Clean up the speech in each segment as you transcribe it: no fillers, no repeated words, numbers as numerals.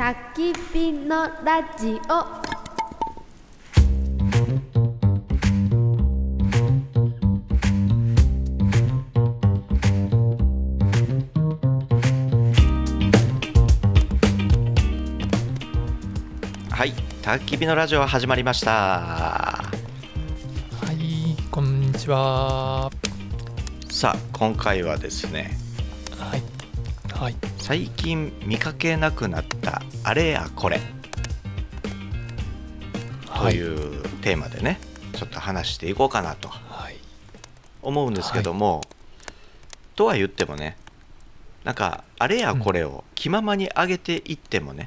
焚き火のラジオ。 はい、焚き火のラジオ始まりました。 はい、こんにちは。 さあ、今回はですね、 はい、 最近見かけなくなったあれやこれというテーマでね、ちょっと話していこうかなと思うんですけども、とは言ってもね、なんかあれやこれを気ままに上げていってもね、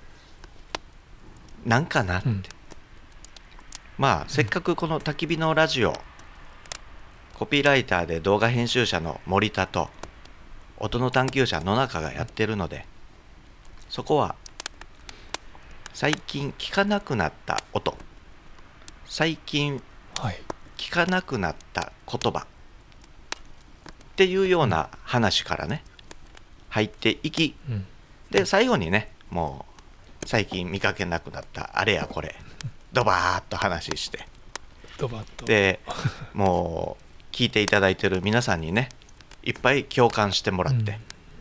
なんかなって、まあせっかくこの焚き火のラジオ、コピーライターで動画編集者の森田と音の探求者野中がやってるので、そこは最近聞かなくなった音、最近聞かなくなった言葉っていうような話からね入っていき、で最後にね、もう最近見かけなくなったあれやこれドバーッと話して、でもう聞いていただいてる皆さんにね、いっぱい共感してもらって、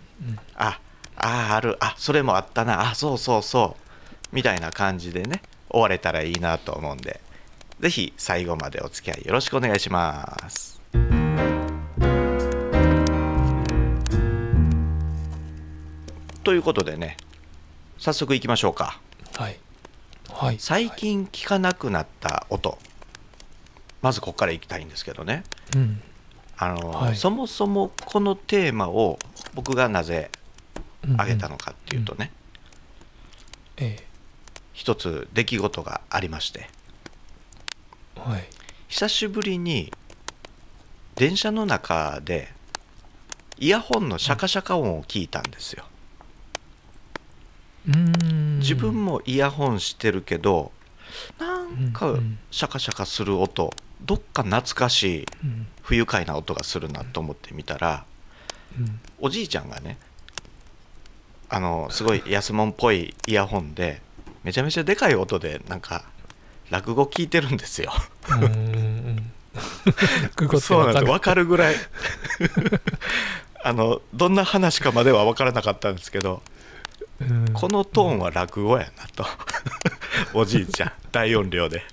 ある、それもあったな、そうそうそうみたいな感じでね終われたらいいなと思うんで、ぜひ最後までお付き合いよろしくお願いします。ということでね、早速いきましょうか。最近聞かなくなった音、まずここからいきたいんですけどね、そもそもこのテーマを僕がなぜ挙げたのかっていうとね、一つ出来事がありまして、久しぶりに電車の中でイヤホンのシャカシャカ音を聞いたんですよ。自分もイヤホンしてるけど、なんかシャカシャカする音、どっか懐かしい不愉快な音がするなと思ってみたら、おじいちゃんがね、すごい安物っぽいイヤホンでめちゃめちゃでかい音でなんか落語聞いてるんですよ。そうなんです、分かるぐらいどんな話かまでは分からなかったんですけど、このトーンは落語やなとおじいちゃん大音量で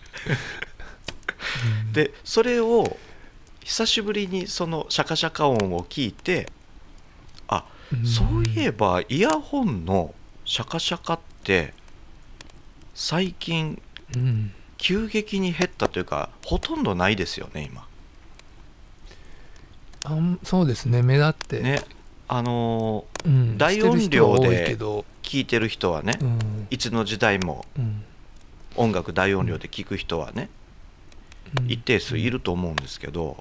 でそれを久しぶりにそのシャカシャカ音を聞いて、そういえばイヤホンのシャカシャカって最近急激に減ったというか、ほとんどないですよね今。 そうですね、目立ってね、大音量で聞いてる人はね、いつの時代も音楽大音量で聞く人はね、一定数いると思うんですけど、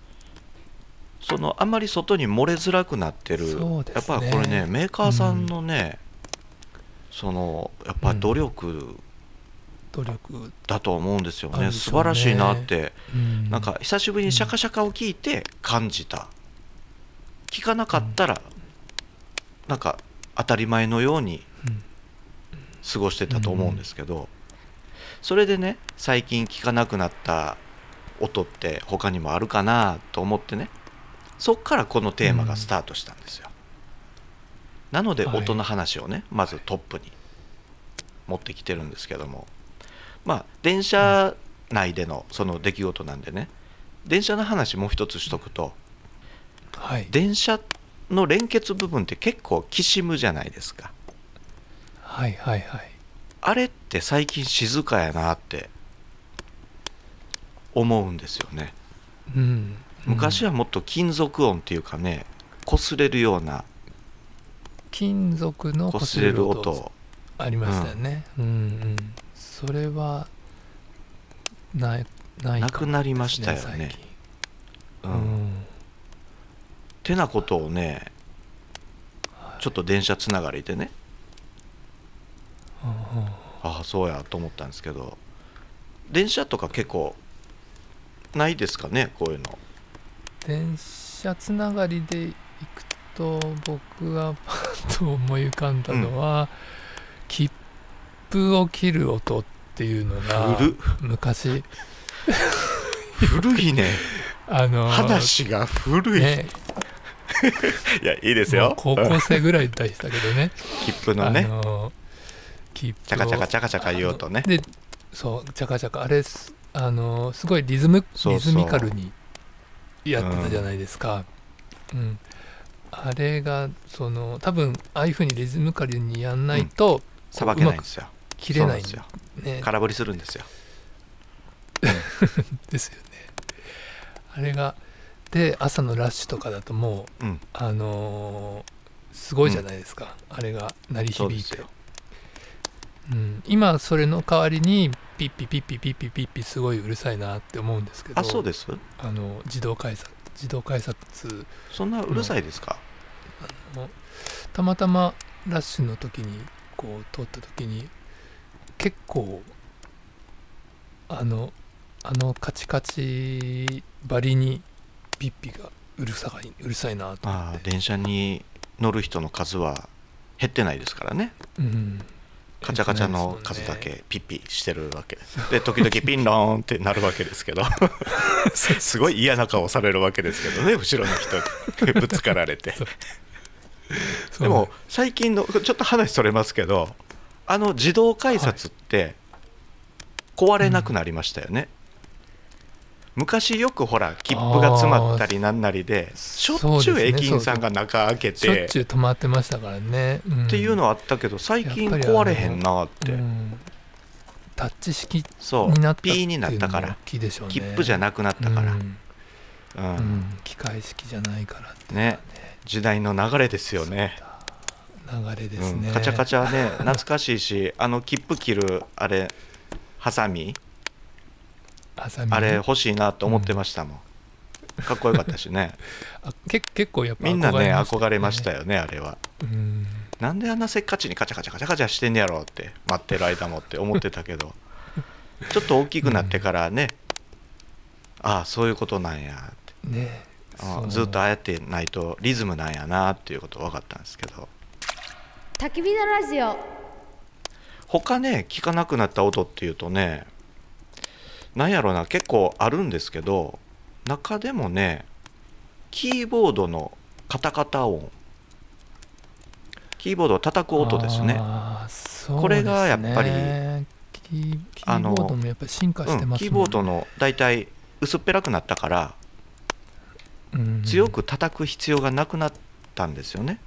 あんまり外に漏れづらくなってる、やっぱりこれね、メーカーさんのね、やっぱ努力だと思うんですよね。素晴らしいなって、なんか久しぶりにシャカシャカを聞いて感じた。聞かなかったらなんか当たり前のように過ごしてたと思うんですけど、それでね、最近聞かなくなった音って他にもあるかなと思ってね、そっからこのテーマがスタートしたんですよ。なので音の話をね、まずトップに持ってきてるんですけども、電車内でのその出来事なんでね、電車の話もう一つしとくと、電車の連結部分って結構きしむじゃないですか。あれって最近静かやなって思うんですよね。昔はもっと金属音っていうかね、擦れるような金属の擦れる音ありましたよね。それはないなくなりましたよね。てなことをね、ちょっと電車つながりでね、そうやと思ったんですけど、電車とか結構ないですかね、こういうの。 電車つながりで行くと僕がパッと思い浮かんだのは、 切符を切る音っていうのが昔古いね話が古い、 ね、 いやいいですよ、 高校生ぐらいでしたけどね切符のね、 切符をチャカチャカチャカチャカ言おうとね、 でそうチャカチャカあれすごいリズミカルにやってたじゃないですか。あれが多分ああいう風にリズミカルにやんないとさばけないんですよ、 切れないんですよ、 ね、 空振りするんですよですよね。あれがで朝のラッシュとかだともう、すごいじゃないですか、あれが鳴り響いて、今それの代わりにピッピピッピピッピピッピすごいうるさいなって思うんですけど、 あ、そうです、 自動改札そんなうるさいですか？ たまたまラッシュの時にこう通った時に結構カチカチばりにピッピがうるさいなと思って。 電車に乗る人の数は減ってないですからね、カチャカチャの数だけピッピしてるわけで、時々ピンローンってなるわけですけどすごい嫌な顔されるわけですけどね、後ろの人にぶつかられてでも最近のちょっと話それますけど、自動改札って壊れなくなりましたよね、昔よくほら切符が詰まったりなんなりでしょっちゅう駅員さんが中開けて、 しょっちゅう止まってましたからね、 っていうのはあったけど最近壊れへんなって、 タッチ式になったっていうのが大きいでしょうね。 切符じゃなくなったから、 機械式じゃないからってね、時代の流れですよね。 流れですね、 カチャカチャね懐かしいし、切符切るあれハサミあれ欲しいなと思ってましたもん、かっこよかったしね結構やっぱみんなね憧れましたよね、あれは。なんであんなせっかちにカチャカチャカチャカチャしてんねやろうって待ってる間もって思ってたけどちょっと大きくなってからね、ああそういうことなんやって、 ね、 ずっとああやってないとリズムなんやなっていうこと分かったんですけど、 焚き火のラジオ他ね聞かなくなった音っていうとね、なんやろな、結構あるんですけど、中でもねキーボードのカタカタ音、キーボードを叩く音ですね。これがやっぱりキーボードもやっぱり進化してますもんね。 キーボードのだいたい薄っぺらくなったから、強く叩く必要がなくなったんですよね、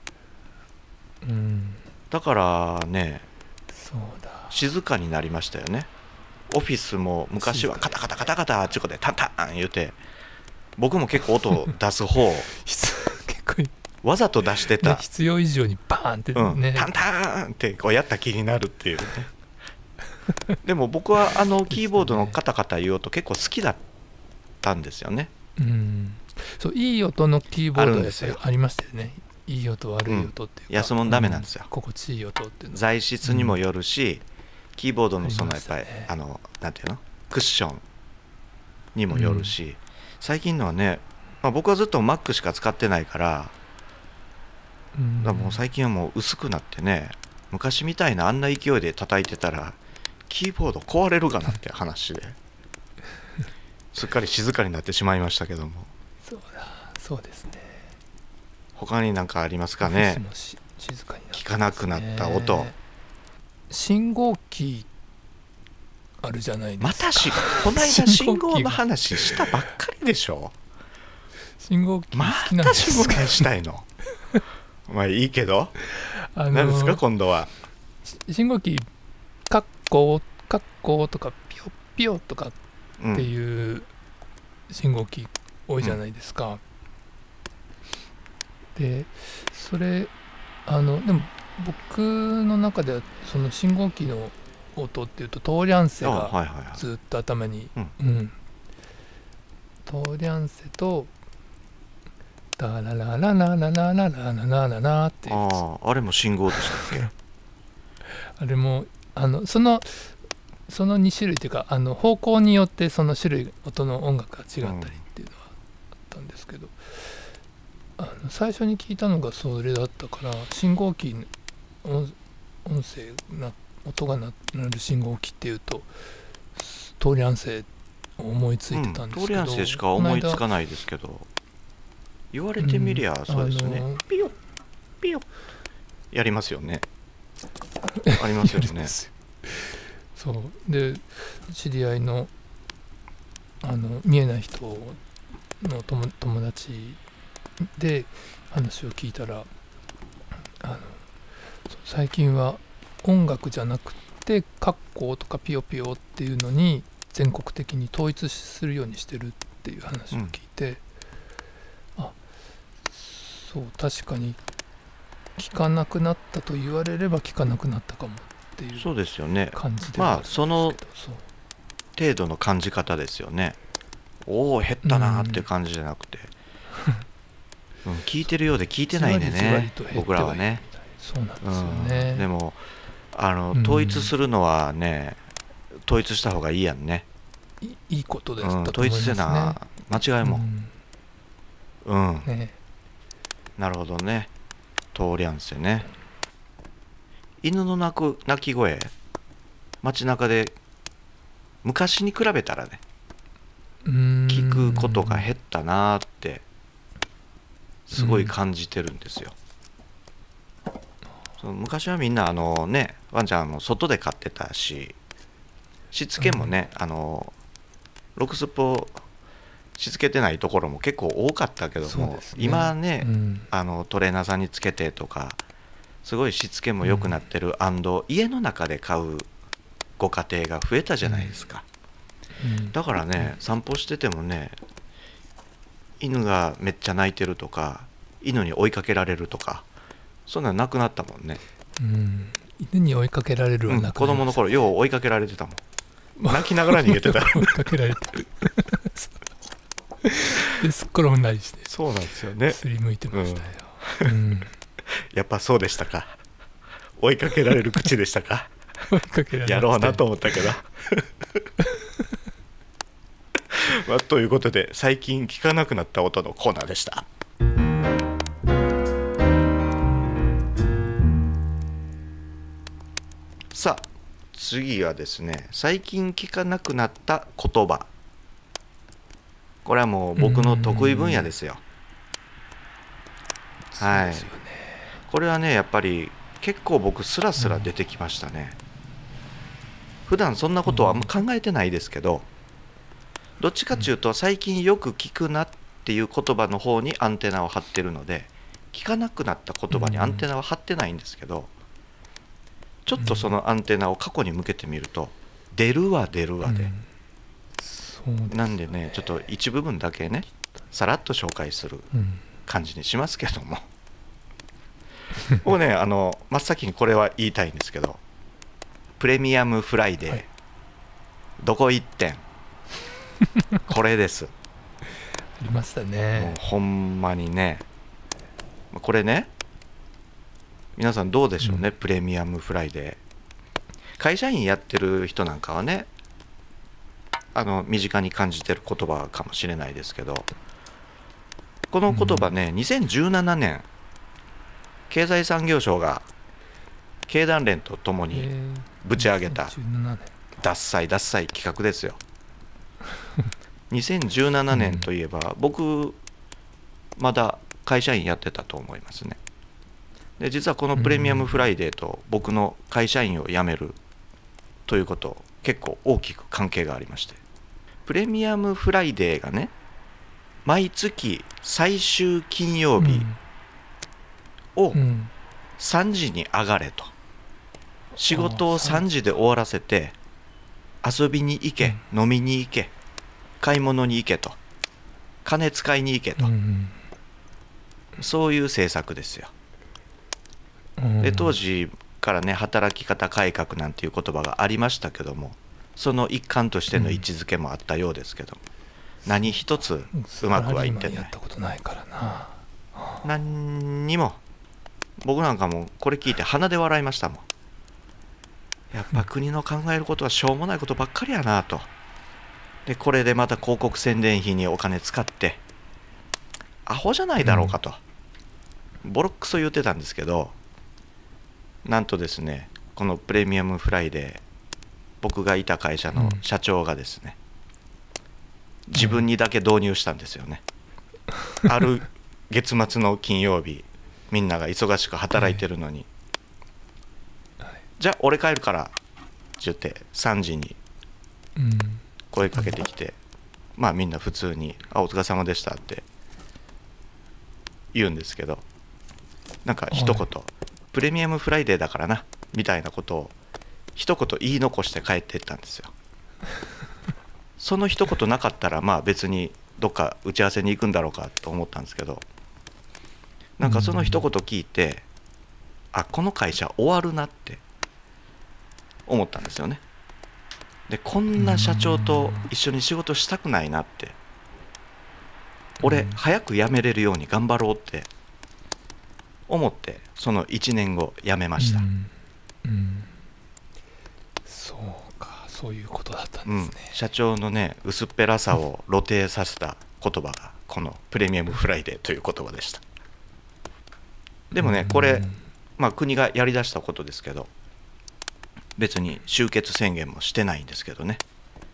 だからね静かになりましたよね。オフィスも昔はカタカタカタカタあっちこでタンタン言うて、僕も結構音を出す方わざと出してた、 必要以上にバーンってね、 タンタンってこうやった気になるっていうねでも僕はキーボードのカタカタ言う音結構好きだったんですよね。 そう、いい音のキーボードはありましたよね。いい音悪い音っていうか、 安物ダメなんですよ、 心地いい音っていうの、 材質にもよるし、キーボードのそのやっぱりなんていうのクッションにもよるし、最近のはね、僕はずっと Mac しか使ってないから、もう最近はもう薄くなってね、昔みたいなあんな勢いで叩いてたらキーボード壊れるかなって話ですっかり静かになってしまいましたけども。 そうですね。 他に何かありますかね。聞かなくなった音。 信号機あるじゃないですか。 この間信号の話したばっかりでしょ。 信号機好きなんですか。 また信号機したいのまあいいけど、何ですか今度は。 信号機カッコとかピヨピヨとかっていう信号機多いじゃないですか、でそれでも僕の中ではその信号機の音っていうとトーリャンセがずっと頭に、トーリャンセとダララララララララララララっていう、 あれも信号でしたっけあれもその2種類というか方向によってその種類音の音楽が違ったりっていうのはあったんですけど、最初に聞いたのがそれだったから、信号機音が鳴る信号機っていうと通り安静を思いついてたんですけど、 通り安静しか思いつかないですけど、言われてみりゃそうですね、ピヨピヨやりますよねありますよねそうで、知り合いの見えない人の友達で話を聞いたら、最近は音楽じゃなくてカッコーとかピヨピヨっていうのに全国的に統一するようにしてるっていう話を聞いて、そう確かに聞かなくなったと言われれば聞かなくなったかもっていうそうですよね。 感じでまあその程度の感じ方ですよね。おお減ったなーっていう感じじゃなくて、聞いてるようで聞いてないんでね、僕らはね。 そうなんですよね。 でも統一するのはね、統一した方がいいやんね。 いいことです、 統一せな間違いもね。 なるほどね。通りゃんせね。犬の鳴き声、街中で昔に比べたらね、聞くことが減ったなーってすごい感じてるんですよ。昔はみんなワンちゃんも外で飼ってたし、しつけもね、ロクスポしつけてないところも結構多かったけども、今ね、トレーナーさんにつけてとかすごいしつけも良くなってる、家の中で飼うご家庭が増えたじゃないですか。だからね、散歩しててもね、犬がめっちゃ鳴いてるとか、犬に追いかけられるとか、そんなのなくなったもんね。 犬に追いかけられるはなくなりました。 子供の頃よう追いかけられてたもん。泣きながら逃げてた追いかけられてるですっ転んだりして、 そうなんですよね。 すりむいてましたよ。 やっぱそうでしたか。追いかけられる口でしたか。 追いかけられやろうなと思ったけどということで、最近聞かなくなった音のコーナーでした。さあ次はですね、最近聞かなくなった言葉。これはもう僕の得意分野ですよ。はい。これはね、やっぱり結構僕スラスラ出てきましたね。普段そんなことはあんま考えてないですけど、どっちかっていうと最近よく聞くなっていう言葉の方にアンテナを張ってるので、聞かなくなった言葉にアンテナは張ってないんですけど、ちょっとそのアンテナを過去に向けてみると、出るわで、なんでね、ちょっと一部分だけね、さらっと紹介する感じにしますけども僕ね、真っ先にこれは言いたいんですけど、プレミアムフライデー、どこ1点これですありましたね。 もうほんまにね、これね、皆さんどうでしょうね、プレミアムフライデー。会社員やってる人なんかはね、身近に感じてる言葉かもしれないですけど、この言葉ね、2017年経済産業省が経団連とともにぶち上げたダッサい企画ですよ。2017年といえば、僕まだ会社員やってたと思いますね。で、実はこのプレミアムフライデーと僕の会社員を辞めるということ結構大きく関係がありまして、プレミアムフライデーがね、毎月最終金曜日を3時に上がれと、仕事を3時で終わらせて遊びに行け、飲みに行け、買い物に行けと、金使いに行けと、そういう政策ですよ。で、当時からね、働き方改革なんていう言葉がありましたけども、その一環としての位置づけもあったようですけども、何一つうまくはいってない。何にも。僕なんかもこれ聞いて鼻で笑いましたもん。やっぱ国の考えることはしょうもないことばっかりやなと。で、これでまた広告宣伝費にお金使ってアホじゃないだろうかと、ボロックソ言ってたんですけど、なんとですね、 このプレミアムフライデー、僕がいた会社の社長がですね、自分にだけ導入したんですよね。ある月末の金曜日、みんなが忙しく働いてるのに、じゃあ俺帰るからって言って3時に声かけてきて、まあみんな普通に「お疲れ様でした」って言うんですけど、なんか一言「プレミアムフライデーだからな」みたいなことを一言言い残して帰っていったんですよ。その一言なかったらまあ別にどっか打ち合わせに行くんだろうかと思ったんですけど、なんかその一言聞いて、あ、この会社終わるなって思ったんですよね。で、こんな社長と一緒に仕事したくないなって、俺早く辞めれるように頑張ろうって思って、その1年後辞めました。 そうか、そういうことだったんですね。 社長のね、薄っぺらさを露呈させた言葉がこのプレミアムフライデーという言葉でした。でもね、これ、まあ国がやりだしたことですけど、別に終結宣言もしてないんですけどね、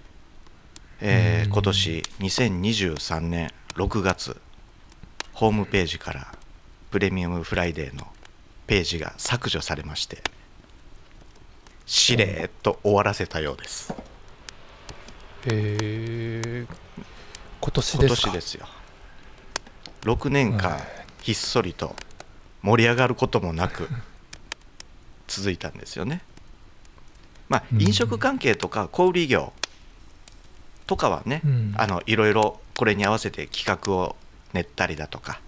今年2023年6月、ホームページからプレミアムフライデーのページが削除されまして、しれーっと終わらせたようです。 今年ですか？ 今年ですよ。6年間ひっそりと盛り上がることもなく続いたんですよね。まあ飲食関係とか小売業とかはね、いろいろこれに合わせて企画を練ったりだとか、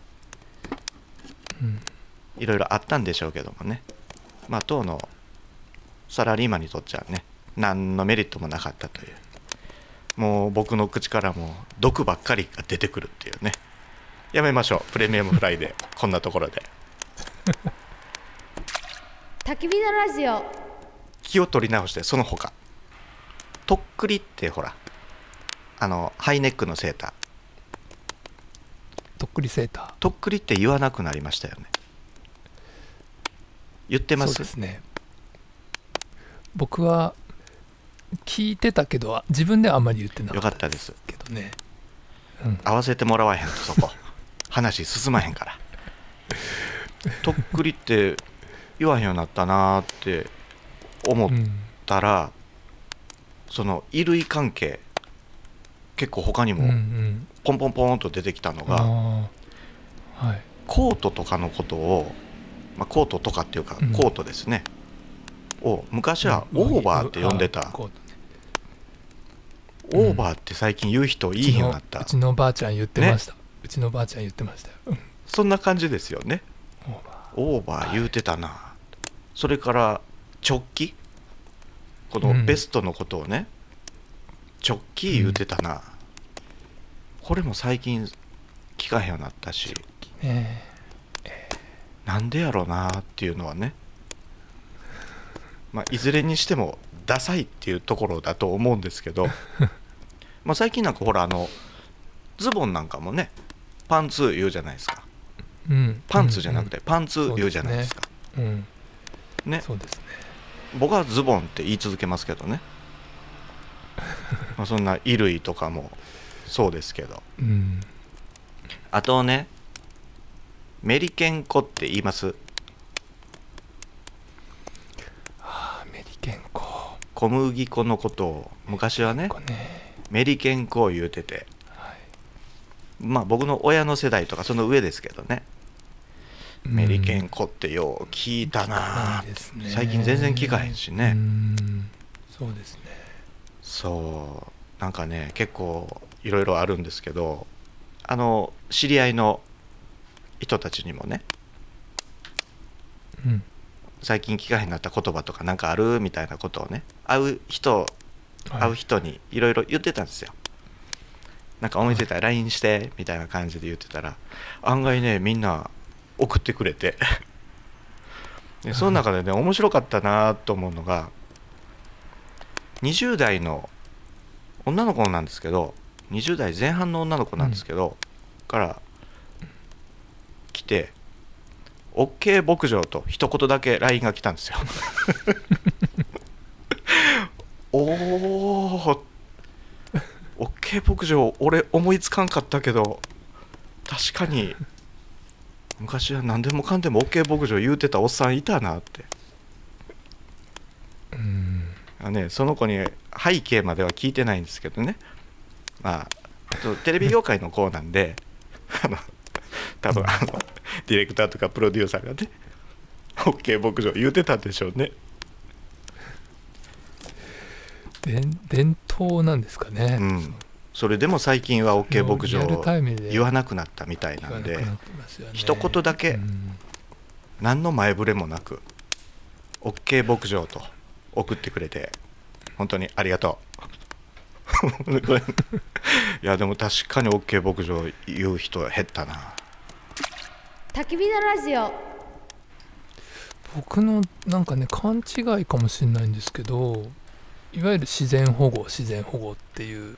いろいろあったんでしょうけどもね、まあ当のサラリーマンにとっちゃね、何のメリットもなかったという、もう僕の口からも毒ばっかりが出てくるっていうね。やめましょう、プレミアムフライデーこんなところで。 焚き火のラジオ。 気を取り直して、その他とっくりってほら、ハイネックのセーター、 とっくりセーター、 とっくりって言わなくなりましたよね。言ってます？ そうですね。僕は聞いてたけど自分ではあんまり言ってなかったですけどね。 合わせてもらわへんとそこ話進まへんから。とっくりって言わへんようになったなーって思ったら、その衣類関係結構他にもポンポンポンと出てきたのが、コートとかのことを、まあ、コートとかっていうかコートですね、を昔はオーバーって呼んでた。オーバーって最近言う人いいようになった。 うちのばあちゃん言ってました、うちのばあちゃん言ってましたよ。 そんな感じですよね。オーバー言うてたな。それからチョッキ、このベストのことをね、チョッキ言うてたな、これも最近聞かへんようになったし、なんでやろうなっていうのはね、まあ、いずれにしてもダサいっていうところだと思うんですけどまあ最近なんかほら、ズボンなんかもね、パンツ言うじゃないですか、パンツじゃなくてパンツ言うじゃないですか、ね、 そうですね。 僕はズボンって言い続けますけどねまあそんな衣類とかもそうですけど、あとね、メリケン粉って言います？ メリケン粉、 小麦粉のことを昔はね、メリケン粉を言うてて、まあ僕の親の世代とかその上ですけどね、メリケン粉ってよう聞いたな、最近全然聞かへんしね。 そうですね。 そうなんかね、結構いろいろあるんですけど、知り合いの人たちにもね、最近聞かへんなった言葉とかなんかあるみたいなことをね、会う人にいろいろ言ってたんですよ。なんか思いついたら LINE してみたいな感じで言ってたら、案外ねみんな送ってくれてでその中でね、面白かったなと思うのが、20代の女の子なんですけど、20代前半の女の子なんですけど、から来て OK 牧場と一言だけ LINE が来たんですよおお OK 牧場俺思いつかんかったけど確かに昔は何でもかんでも OK 牧場言うてたおっさんいたなって、ね、その子に背景までは聞いてないんですけどね、まあテレビ業界の子なんで多分ディレクターとかプロデューサーがね OK 牧場言うてたんでしょうね。 伝統なんですかね、 それでも最近は OK 牧場言わなくなったみたいなんで、一言だけ何の前触れもなく OK 牧場と送ってくれて本当にありがとういやでも確かに OK 牧場言う人減ったな。 焚き火のラジオ。 僕のなんかね勘違いかもしれないんですけど、いわゆる自然保護っていう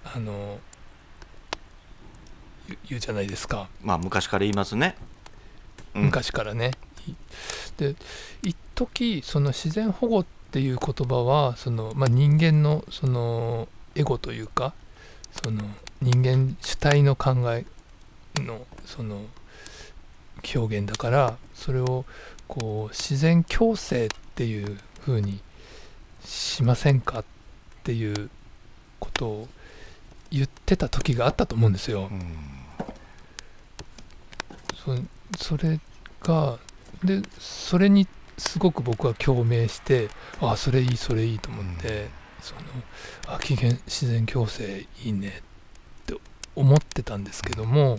言うじゃないですか。 まあ昔から言いますね、 昔からね。で一時その自然保護っていう言葉は人間のそのエゴというかその人間主体の考えのその表現だから、それをこう自然共生っていう風にしませんかっていうことを言ってた時があったと思うんですよ。それがでそれにすごく僕は共鳴して、あそれいいと思って、自然共生いいねって思ってたんですけども、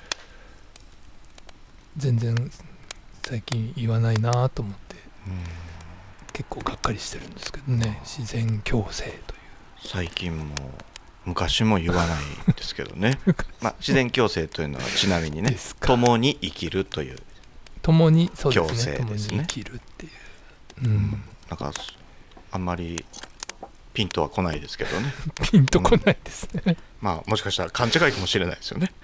全然最近言わないなと思って、結構がっかりしてるんですけどね。自然共生という最近も昔も言わないですけどね自然共生というのはちなみにね共に生きるという共にそうですね、 共生ですね。 共に生きるっていう、 なんかあんまりピンとは来ないですけどねピンと来ないですね、 まあもしかしたら勘違いかもしれないですよね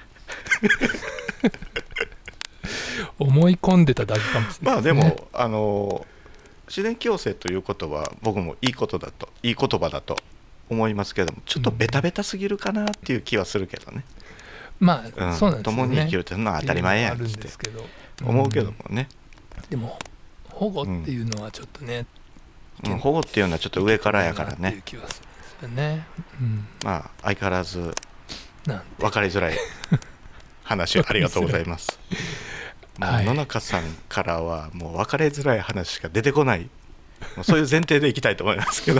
思い込んでただけかもしれないですね。 まあでも自然共生ということは僕もいい言葉だと思いますけども、ちょっとベタベタすぎるかなっていう気はするけどね。 まあ、そうなんですよね。 共に生きるというのは当たり前やんって思うけどもね。 でも保護っていうのはちょっとね、 保護っていうのはちょっと上からやからね。 いう気はするんですよね。 まあ相変わらず分かりづらい話ありがとうございます。野中さんからはもう分かりづらい話しか出てこない、もうそういう前提でいきたいと思いますけど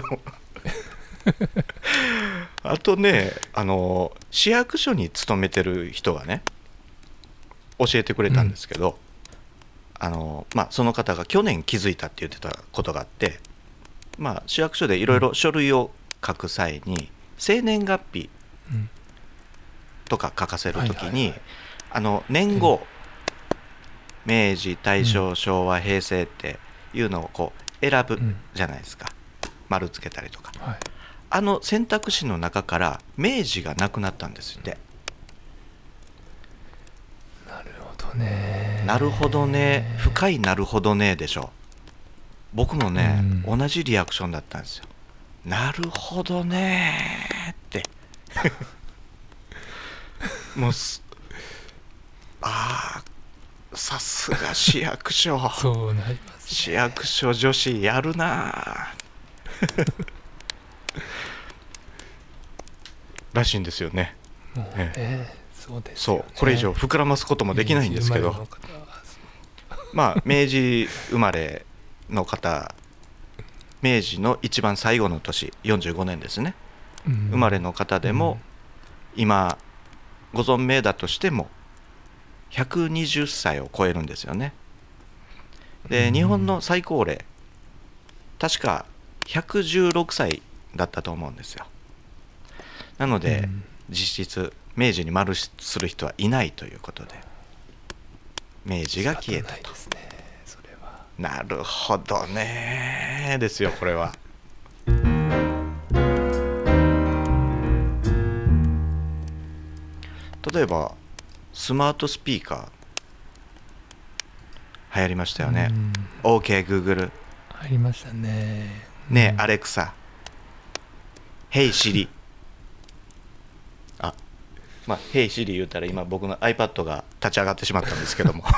あとね、市役所に勤めてる人がね教えてくれたんですけど、その方が去年気づいたって言ってたことがあって、市役所でいろいろ書類を書く際に生年月日とか書かせるときに年号、明治大正昭和平成っていうのをこう選ぶじゃないですか、丸つけたりとか、選択肢の中から明治がなくなったんですって。 なるほどね。 なるほどね、深いなるほどねでしょ。僕もね、同じリアクションだったんですよ。なるほどねってもうさすが市役所そうなります、ね、 市役所女子やるならしいんですよね。 そうですよね。 そう、これ以上膨らますこともできないんですけど、明治生まれの方、明治の一番最後の年45年ですね、生まれの方でも、今ご存命だとしても120歳を超えるんですよね。で、日本の最高齢確か116歳だったと思うんですよ。なので、実質明治に丸する人はいないということで明治が消えたと。なるほどねですよ、これは。例えばスマートスピーカー流行りましたよね。OK Google、 入りましたね。 ねえアレクサ、 Hey Siri。あ、まあ Hey Siri 言うたら今僕の iPad が立ち上がってしまったんですけども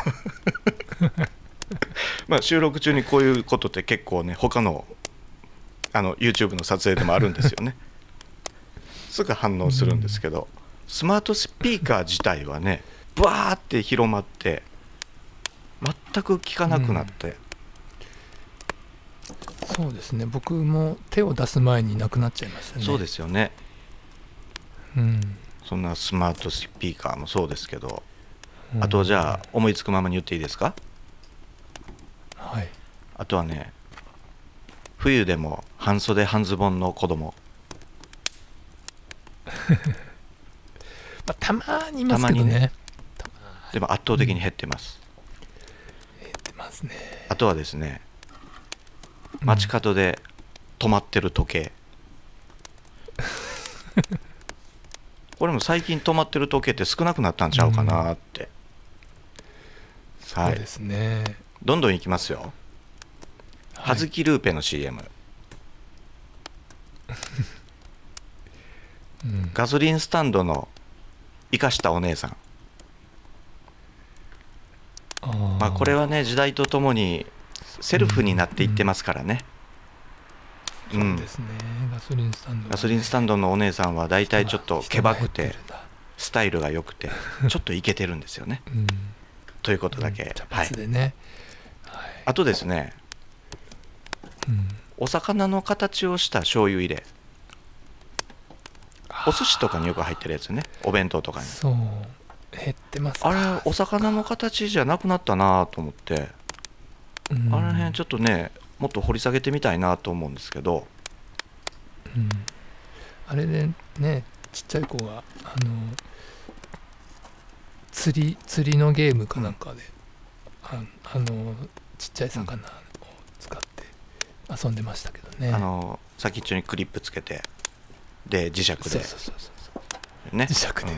まあ収録中にこういうことって結構ね、他のYouTube の撮影でもあるんですよね。すぐ反応するんですけど、スマートスピーカー自体はね、バーって広まって全く効かなくなって、 そうですね、僕も手を出す前になくなっちゃいましたね。 そうですよね。 うんそんなスマートスピーカーもそうですけど、 うん、 あとじゃあ思いつくままに言っていいですか。 はい、 あとはね、冬でも半袖半ズボンの子供まあ、たまにいますけどね。 でも圧倒的に減ってます、 減ってますね。 あとはですね、街角で止まってる時計、これも最近止まってる時計って少なくなったんちゃうかなって、 そうですね。 どんどんいきますよ。葉月ルーペの CM、ガソリンスタンドの生かしたお姉さん、まあこれはね、時代とともにセルフになっていってますからね。 そうですね、ガソリンスタンド、ね、 ガソリンスタンドのお姉さんはだいたいちょっとけばくてスタイルが良くてちょっとイケてるんですよね、ということだけ、 茶髪でね、 はい、あとですね、お魚の形をした醤油入れ、お寿司とかによく入ってるやつね、お弁当とかに。 そう、減ってますか。 あれお魚の形じゃなくなったなと思って、あの辺ちょっとね、もっと掘り下げてみたいなと思うんですけど、 あれでね、ちっちゃい子が釣りのゲームかなんかで、ちっちゃい魚を使って遊んでましたけどね。 先っちょにクリップつけて、で磁石で、 そうね、磁石で、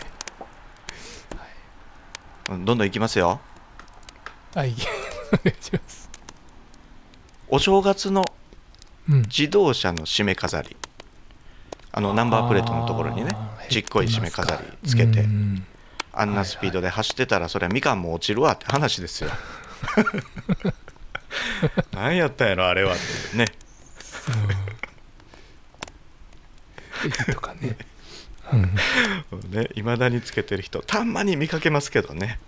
どんどんいきますよ。 はい、お願いします。 お正月の自動車の締め飾り、ナンバープレートのところにね、ちっこい締め飾りつけて、あんなスピードで走ってたらそりゃみかんも落ちるわって話ですよ何やったんやろあれはってね。 とかね、 いまだにつけてる人たんまに見かけますけどね。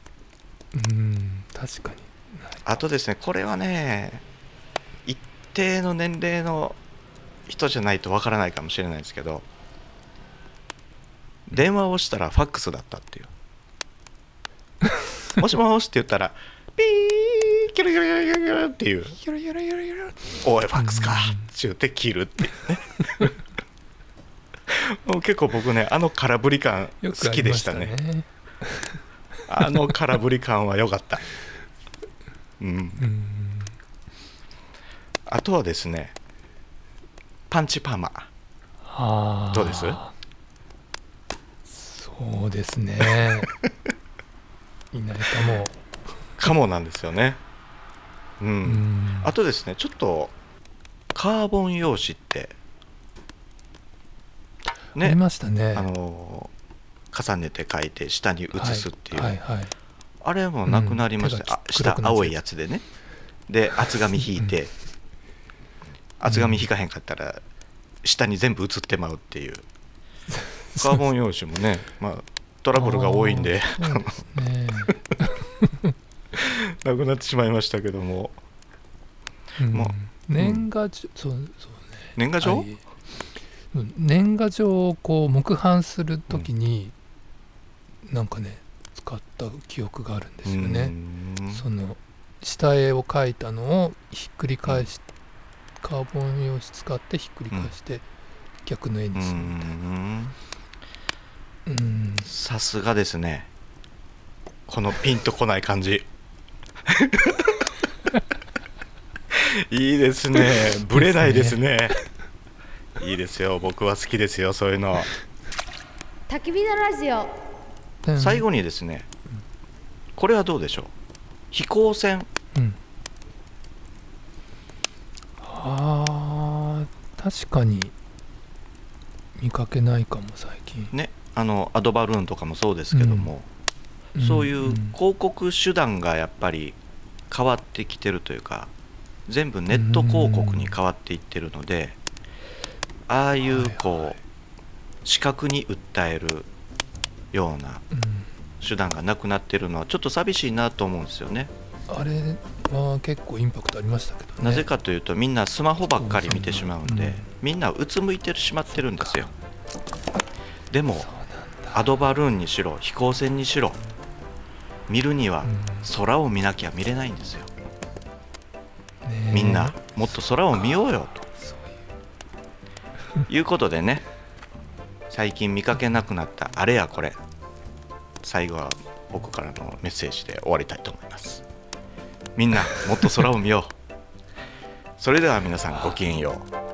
確かに。 あとですね、これはね、一定の年齢の人じゃないとわからないかもしれないですけど、電話をしたらファックスだったっていうもしもしって言ったらピーキュルキュルキュルキュルっていう、おいファックスかちゅうて切るっていうねもう結構僕ね、空振り感好きでしたね。空振り感は良かった。あとはですね、パンチパーマ、どうです？ そうですねいないかもなんですよね。あとですね、ちょっとカーボン用紙ってね、 ありましたね。 重ねて書いて下に写すっていう、あれもなくなりました。下青いやつでね、で厚紙引いて厚紙引かへんかったら下に全部写ってまうっていうカーボン用紙もね、まあトラブルが多いんでなくなってしまいましたけども、 年賀状、そうね、 年賀状、 年賀状をこう木版するときに、なんかね使った記憶があるんですよね。その下絵を描いたのをひっくり返し、カーボン用紙使ってひっくり返して逆の絵にするみたいな。 さすがですね、このピンとこない感じいいですね、ブレないですねいいですよ、僕は好きですよ、そういうの。 焚き火のラジオ。 最後にですね、これはどうでしょう、飛行船。 確かに見かけないかも最近ね。アドバルーンとかもそうですけども、そういう広告手段がやっぱり変わってきてるというか、全部ネット広告に変わっていってるので、ああいうこう視覚に訴えるような手段がなくなってるのはちょっと寂しいなと思うんですよね。 あれは結構インパクトありましたけどね。 なぜかというと、みんなスマホばっかり見てしまうんで、みんなうつむいてしまってるんですよ。でもアドバルーンにしろ飛行船にしろ、見るには空を見なきゃ見れないんですよ。みんなもっと空を見ようよということでね、最近見かけなくなったあれやこれ、最後は僕からのメッセージで終わりたいと思います。みんなもっと空を見よう。それでは皆さんごきげんよう。